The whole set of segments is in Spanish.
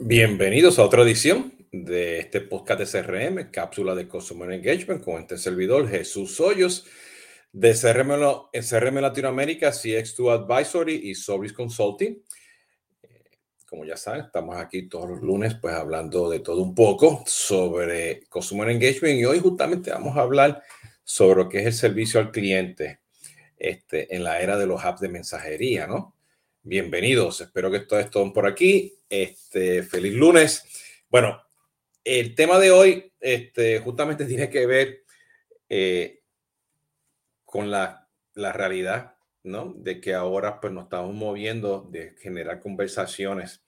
Bienvenidos a otra edición de este podcast de CRM, cápsula de Customer Engagement, con este servidor Jesús Hoyos de CRM Latinoamérica, CX2 Advisory y Sobris Consulting. Como ya saben, estamos aquí todos los lunes pues hablando de todo un poco sobre Customer Engagement y hoy justamente vamos a hablar sobre lo que es el servicio al cliente en la era de los apps de mensajería, ¿no? Bienvenidos, espero que todos estén por aquí. Feliz lunes. Bueno, el tema de hoy justamente tiene que ver eh, con la realidad, ¿no? De que ahora pues nos estamos moviendo de generar conversaciones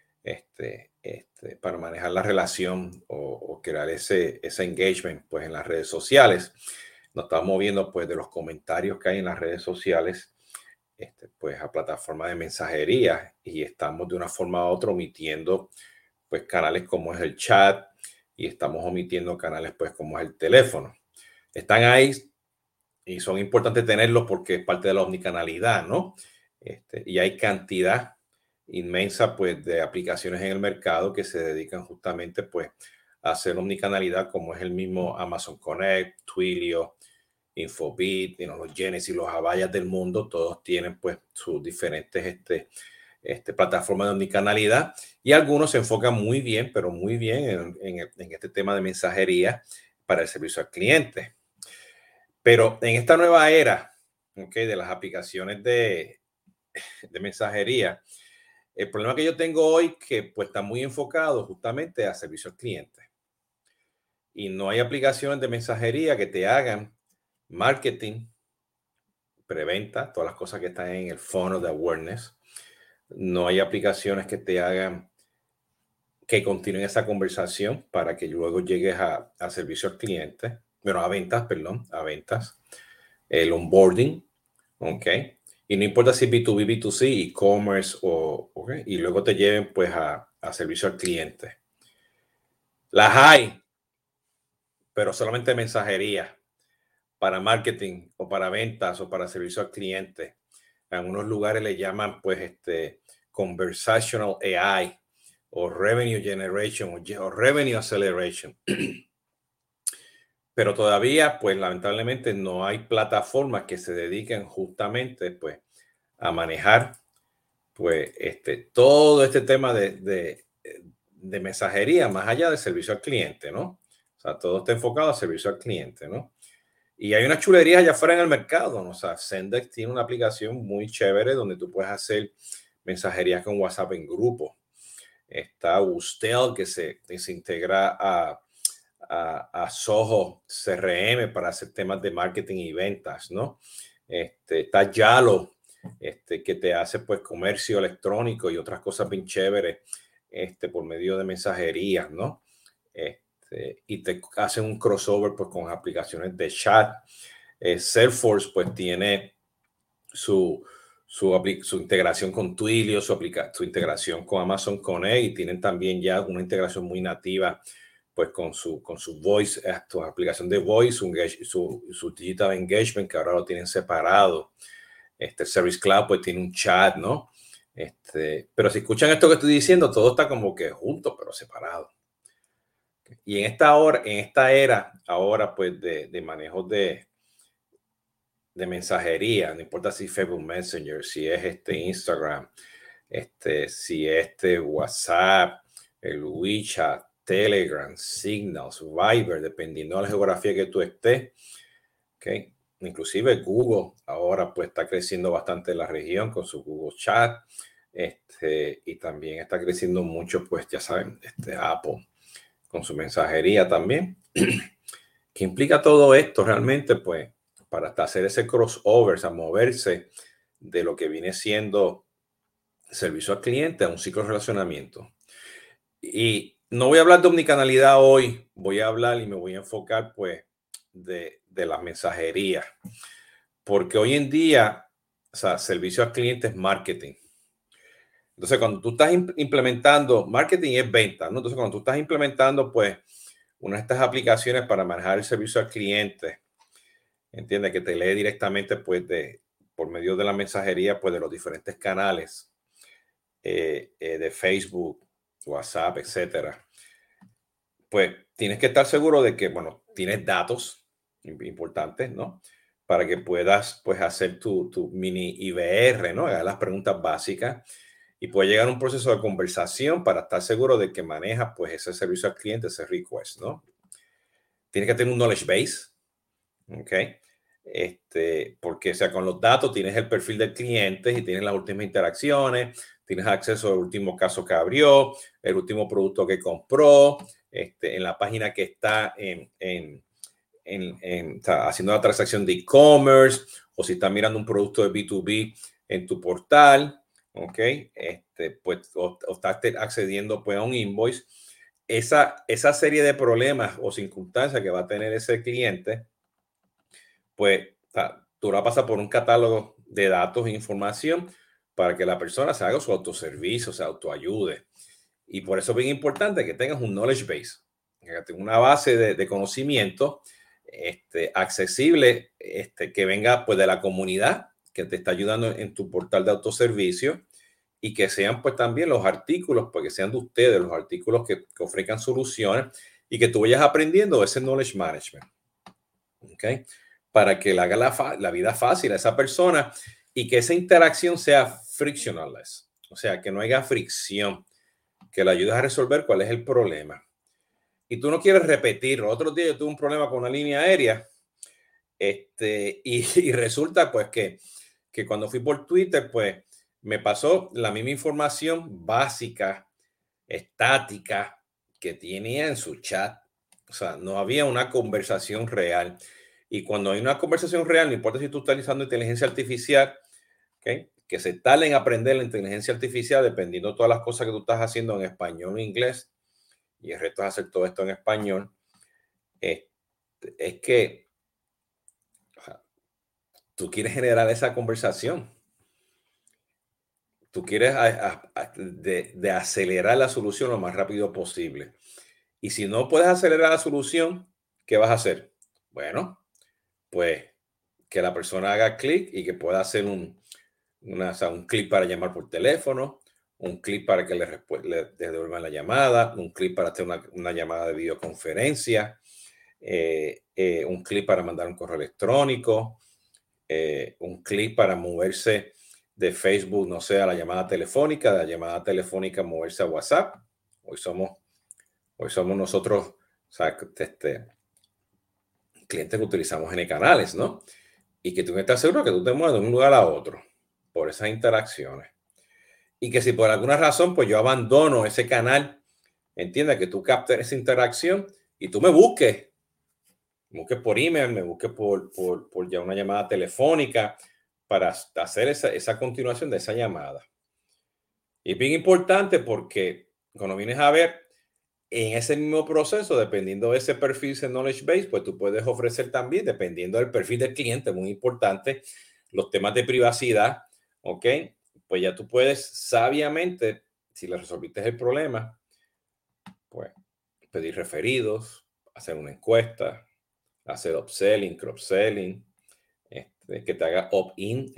para manejar la relación o crear ese engagement pues en las redes sociales. Nos estamos moviendo pues de los comentarios que hay en las redes sociales pues a plataformas de mensajería y estamos de una forma u otra omitiendo pues canales como es el chat y estamos omitiendo canales pues como es el teléfono. Están ahí y son importantes tenerlos porque es parte de la omnicanalidad, ¿no? Y hay cantidad inmensa pues de aplicaciones en el mercado que se dedican justamente pues a hacer omnicanalidad como es el mismo Amazon Connect, Twilio, Infobit, los Genesis, los Avayas del mundo, todos tienen pues sus diferentes plataformas de omnicanalidad y algunos se enfocan muy bien, pero muy bien en este tema de mensajería para el servicio al cliente. Pero en esta nueva era, de las aplicaciones de mensajería, el problema que yo tengo hoy que pues está muy enfocado justamente a servicio al cliente y no hay aplicaciones de mensajería que te hagan marketing, preventa, todas las cosas que están en el funnel de awareness. No hay aplicaciones que te hagan que continúen esa conversación para que luego llegues a servicio al cliente, bueno, a ventas, perdón, a ventas, el onboarding, ¿ok? Y no importa si B2B, B2C, e-commerce y luego te lleven pues a servicio al cliente. Las hay, pero solamente mensajería para marketing o para ventas o para servicio al cliente. En algunos lugares le llaman pues conversational AI o revenue generation o revenue acceleration. Pero todavía pues lamentablemente no hay plataformas que se dediquen justamente pues a manejar pues todo este tema de mensajería más allá del servicio al cliente, ¿no? O sea, todo está enfocado al servicio al cliente, ¿no? Y hay unas chulerías allá afuera en el mercado, ¿no? O sea, Sendex tiene una aplicación muy chévere donde tú puedes hacer mensajería con WhatsApp en grupo. Está Ustel que se integra a Soho CRM para hacer temas de marketing y ventas, ¿no? Está Yalo, que te hace pues comercio electrónico y otras cosas bien chéveres por medio de mensajería, ¿no? Y te hacen un crossover pues con aplicaciones de chat. Salesforce pues tiene su, su integración con Twilio, su integración con Amazon Connect y tienen también ya una integración muy nativa pues con su voice, su aplicación de voice, su digital engagement que ahora lo tienen separado. Service Cloud pues tiene un chat, ¿no? Pero si escuchan esto que estoy diciendo, todo está como que junto, pero separado. Y en esta era ahora pues de manejo de mensajería, no importa si Facebook Messenger, si es Instagram, si es WhatsApp, el WeChat, Telegram, Signals, Viber, dependiendo de la geografía que tú estés, ¿ok? Inclusive Google ahora pues está creciendo bastante en la región con su Google Chat, y también está creciendo mucho pues ya saben, Apple con su mensajería también. ¿Qué implica todo esto realmente? Pues para hasta hacer ese crossover, a moverse de lo que viene siendo servicio al cliente a un ciclo de relacionamiento. Y no voy a hablar de omnicanalidad hoy, voy a hablar y me voy a enfocar pues de las mensajerías, porque hoy en día, o sea, servicio al cliente es marketing. Entonces, cuando tú estás implementando, marketing es venta, ¿no? Entonces, cuando tú estás implementando pues una de estas aplicaciones para manejar el servicio al cliente, entiende que te lee directamente pues por medio de la mensajería pues de los diferentes canales de Facebook, WhatsApp, etcétera, pues tienes que estar seguro de que, bueno, tienes datos importantes, ¿no? Para que puedas, pues, hacer tu mini IVR, ¿no? Hacer las preguntas básicas y puede llegar a un proceso de conversación para estar seguro de que manejas, pues, ese servicio al cliente, ese request, ¿no? Tienes que tener un knowledge base, ¿ok? Porque, o sea, con los datos tienes el perfil del cliente y tienes las últimas interacciones, tienes acceso al último caso que abrió, el último producto que compró, en la página que está o sea, haciendo la transacción de e-commerce, o si está mirando un producto de B2B en tu portal, ¿ok? Pues, o estás accediendo, pues, a un invoice. Esa serie de problemas o circunstancias que va a tener ese cliente, pues, tú vas a pasar por un catálogo de datos e información para que la persona se haga su autoservicio, se autoayude. Y por eso es bien importante que tengas un knowledge base, que tengas una base de conocimiento accesible, que venga, pues, de la comunidad que te está ayudando en tu portal de autoservicio, y que sean, pues, también los artículos, pues, que sean de ustedes, los artículos que ofrezcan soluciones y que tú vayas aprendiendo ese knowledge management, ¿ok? Para que le haga la vida fácil a esa persona y que esa interacción sea frictionless, o sea, que no haya fricción, que le ayudes a resolver cuál es el problema. Y tú no quieres repetirlo. Otro día yo tuve un problema con una línea aérea, y resulta, pues, que cuando fui por Twitter, pues me pasó la misma información básica, estática, que tenía en su chat. O sea, no había una conversación real. Y cuando hay una conversación real, no importa si tú estás utilizando inteligencia artificial, ¿ok? Que se tarda en aprender la inteligencia artificial dependiendo de todas las cosas que tú estás haciendo en español o inglés, y el resto es hacer todo esto en español. Es que, o sea, tú quieres generar esa conversación. Tú quieres de acelerar la solución lo más rápido posible. Y si no puedes acelerar la solución, ¿qué vas a hacer? Bueno, pues que la persona haga clic y que pueda hacer o sea, un clic para llamar por teléfono, un clic para que le devuelvan la llamada, un clic para hacer una llamada de videoconferencia, un clic para mandar un correo electrónico, un clic para moverse de Facebook, no sé, a la llamada telefónica, de la llamada telefónica moverse a WhatsApp. Hoy somos, hoy somos nosotros, o sea, clientes que utilizamos N canales, ¿no? Y que tú estás seguro que tú te mueves de un lugar a otro por esas interacciones. Y que si por alguna razón, pues yo abandono ese canal, entienda que tú captes esa interacción y tú me busques por email, me busques por ya una llamada telefónica para hacer esa continuación de esa llamada. Y es bien importante porque cuando vienes a ver en ese mismo proceso, dependiendo de ese perfil de knowledge base, pues tú puedes ofrecer también, dependiendo del perfil del cliente, muy importante, los temas de privacidad, ¿ok? Pues ya tú puedes sabiamente, si le resolviste el problema, pues pedir referidos, hacer una encuesta, hacer upselling, cross-selling, que te haga opt-in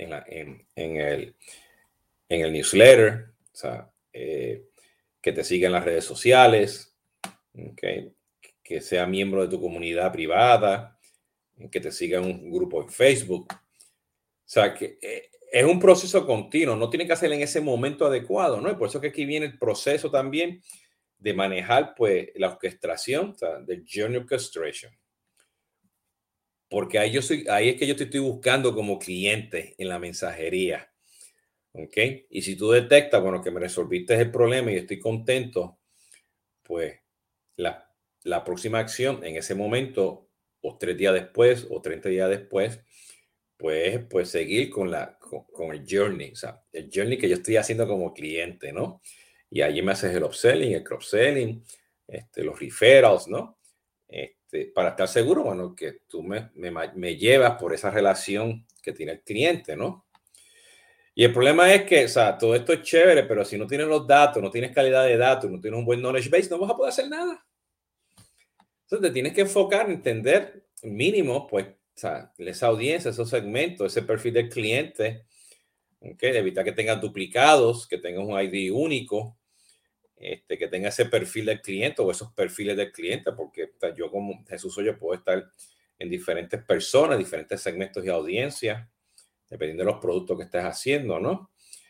en el newsletter, o sea, que te siga en las redes sociales, ¿okay? Que sea miembro de tu comunidad privada, que te siga en un grupo en Facebook. O sea, que es un proceso continuo, no tiene que hacer en ese momento adecuado, ¿no? Y por eso que aquí viene el proceso también de manejar, pues, la orquestación, o sea, del journey orchestration. Porque ahí es que yo te estoy buscando como cliente en la mensajería. ¿Ok? Y si tú detectas, bueno, que me resolviste el problema y estoy contento, pues la, la próxima acción en ese momento, o 3 días después, o 30 días después, pues seguir con el journey, o sea, el journey que yo estoy haciendo como cliente, ¿no? Y allí me haces el upselling, el cross-selling, los referrals, ¿no? Para estar seguro, bueno, que tú me llevas por esa relación que tiene el cliente, ¿no? Y el problema es que, o sea, todo esto es chévere, pero si no tienes los datos, no tienes calidad de datos, no tienes un buen knowledge base, no vas a poder hacer nada. Entonces te tienes que enfocar en entender mínimo, pues, o sea, esa audiencia, esos segmentos, ese perfil del cliente, ¿okay? De evitar que tengas duplicados, que tengas un ID único, que tenga ese perfil del cliente o esos perfiles del cliente, porque yo como Jesús Hoyos puedo estar en diferentes personas, diferentes segmentos de audiencia, dependiendo de los productos que estés haciendo, ¿no?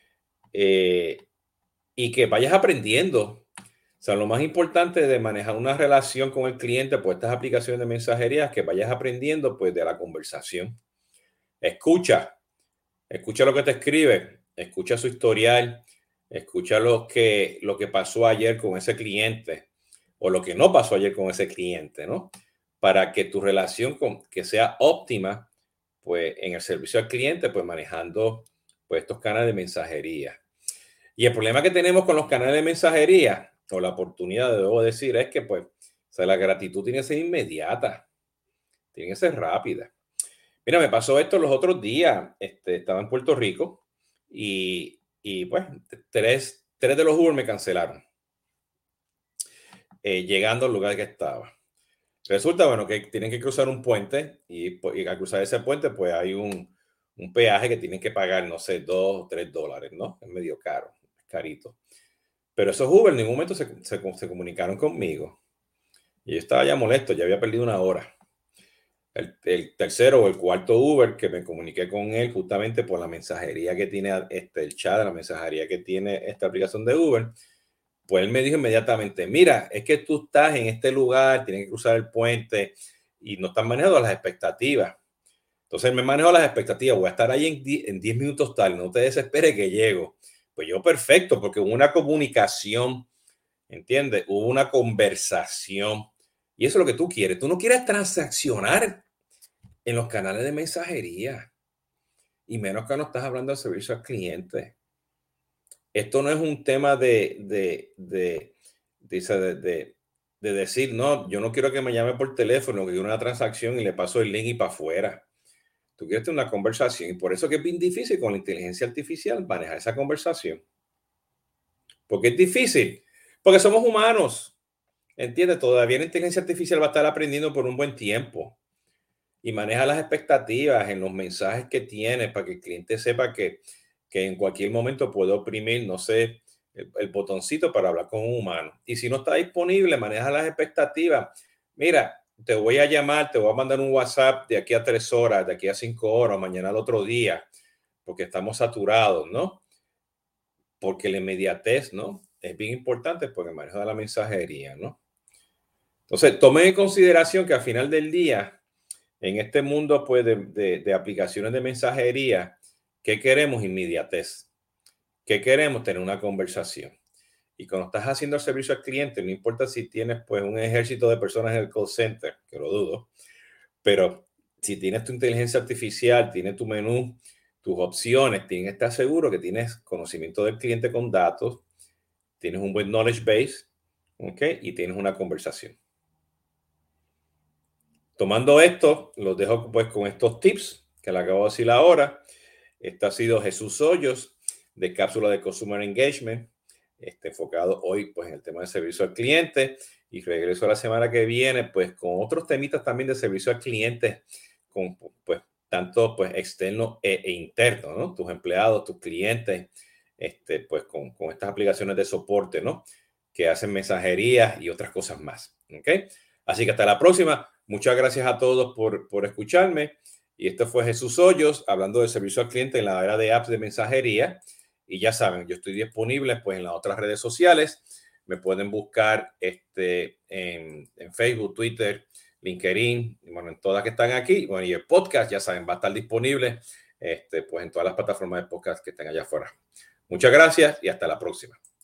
Y que vayas aprendiendo. O sea, lo más importante de manejar una relación con el cliente, pues estas aplicaciones de mensajería, es que vayas aprendiendo pues de la conversación. Escucha lo que te escribe, escucha su historial, escucha lo que pasó ayer con ese cliente o lo que no pasó ayer con ese cliente, ¿no? Para que tu relación que sea óptima, pues en el servicio al cliente, pues manejando pues estos canales de mensajería. Y el problema que tenemos con los canales de mensajería, o la oportunidad, debo decir, es que pues, o sea, la gratitud tiene que ser inmediata, tiene que ser rápida. Mira, me pasó esto los otros días. Estaba en Puerto Rico y pues tres de los Uber me cancelaron llegando al lugar que estaba. Resulta, bueno, que tienen que cruzar un puente y al cruzar ese puente, pues hay un peaje que tienen que pagar, no sé, $2 o $3, ¿no? Es medio caro, es carito. Pero esos Uber en ningún momento se comunicaron conmigo. Y yo estaba ya molesto, ya había perdido una hora. El tercero o el cuarto Uber que me comuniqué con él justamente por la mensajería que tiene el chat, la mensajería que tiene esta aplicación de Uber, pues él me dijo inmediatamente, mira, es que tú estás en este lugar, tienes que cruzar el puente y no estás manejando las expectativas. Entonces él me manejó las expectativas, voy a estar ahí en 10 minutos tal, no te desesperes que llego. Pues yo perfecto, porque hubo una comunicación, ¿entiendes? Hubo una conversación. Y eso es lo que tú quieres. Tú no quieres transaccionar en los canales de mensajería, y menos que no estás hablando de servicio al cliente. Esto no es un tema de decir, no, yo no quiero que me llame por teléfono, que quiero una transacción y le paso el link y para afuera. Tú quieres tener una conversación y por eso que es bien difícil con la inteligencia artificial manejar esa conversación. Porque es difícil, porque somos humanos, ¿entiendes? Todavía la inteligencia artificial va a estar aprendiendo por un buen tiempo. Y maneja las expectativas en los mensajes que tiene para que el cliente sepa que en cualquier momento puede oprimir, no sé, el botoncito para hablar con un humano. Y si no está disponible, maneja las expectativas. Mira, te voy a llamar, te voy a mandar un WhatsApp de aquí a 3 horas, de aquí a 5 horas, mañana al otro día, porque estamos saturados, ¿no? Porque la inmediatez, ¿no? Es bien importante por el manejo de la mensajería, ¿no? Entonces, tomen en consideración que al final del día, en este mundo pues, de aplicaciones de mensajería, ¿qué queremos? Inmediatez. ¿Qué queremos? Tener una conversación. Y cuando estás haciendo el servicio al cliente, no importa si tienes pues un ejército de personas en el call center, que lo dudo, pero si tienes tu inteligencia artificial, tienes tu menú, tus opciones, tienes que estar seguro que tienes conocimiento del cliente con datos, tienes un buen knowledge base, ¿ok? Y tienes una conversación. Tomando esto, los dejo pues con estos tips que le acabo de decir ahora. Este ha sido Jesús Hoyos de Cápsula de Consumer Engagement, enfocado hoy pues en el tema de servicio al cliente, y regreso la semana que viene pues con otros temitas también de servicio al cliente, con pues tanto pues externo e interno, ¿no? Tus empleados, tus clientes, pues con estas aplicaciones de soporte, ¿no? Que hacen mensajería y otras cosas más, ¿ok? Así que hasta la próxima. Muchas gracias a todos por escucharme. Y este fue Jesús Hoyos hablando de servicio al cliente en la era de apps de mensajería. Y ya saben, yo estoy disponible pues en las otras redes sociales. Me pueden buscar en Facebook, Twitter, LinkedIn, bueno, en todas que están aquí. Bueno, y el podcast, ya saben, va a estar disponible pues en todas las plataformas de podcast que están allá afuera. Muchas gracias y hasta la próxima.